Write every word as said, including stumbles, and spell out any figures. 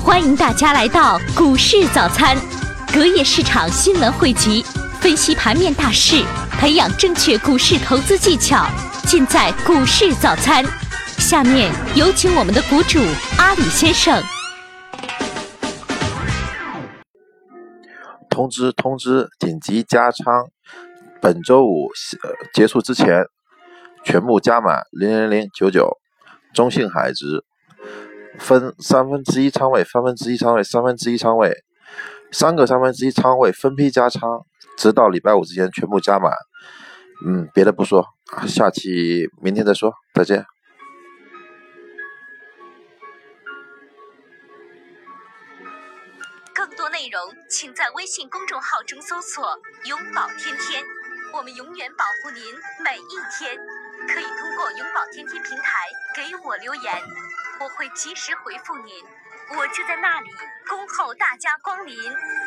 欢迎大家来到股市早餐，隔夜市场新闻汇集，分析盘面大势，培养正确股市投资技巧，尽在股市早餐。下面有请我们的股主阿里先生。 通知通知，紧急加仓，本周五、呃、结束之前全部加满零零零九九，中信海直分三分之一仓位，三分之一仓位，三分之一仓位，三个三分之一仓位分批加仓，直到礼拜五之前全部加满。嗯，别的不说，下期明天再说，再见。 更多内容请在微信公众号中搜索永保天天，我们永远保护您每一天。可以通过永保天天平台给我留言，我会及时回复您，我就在那里恭候大家光临。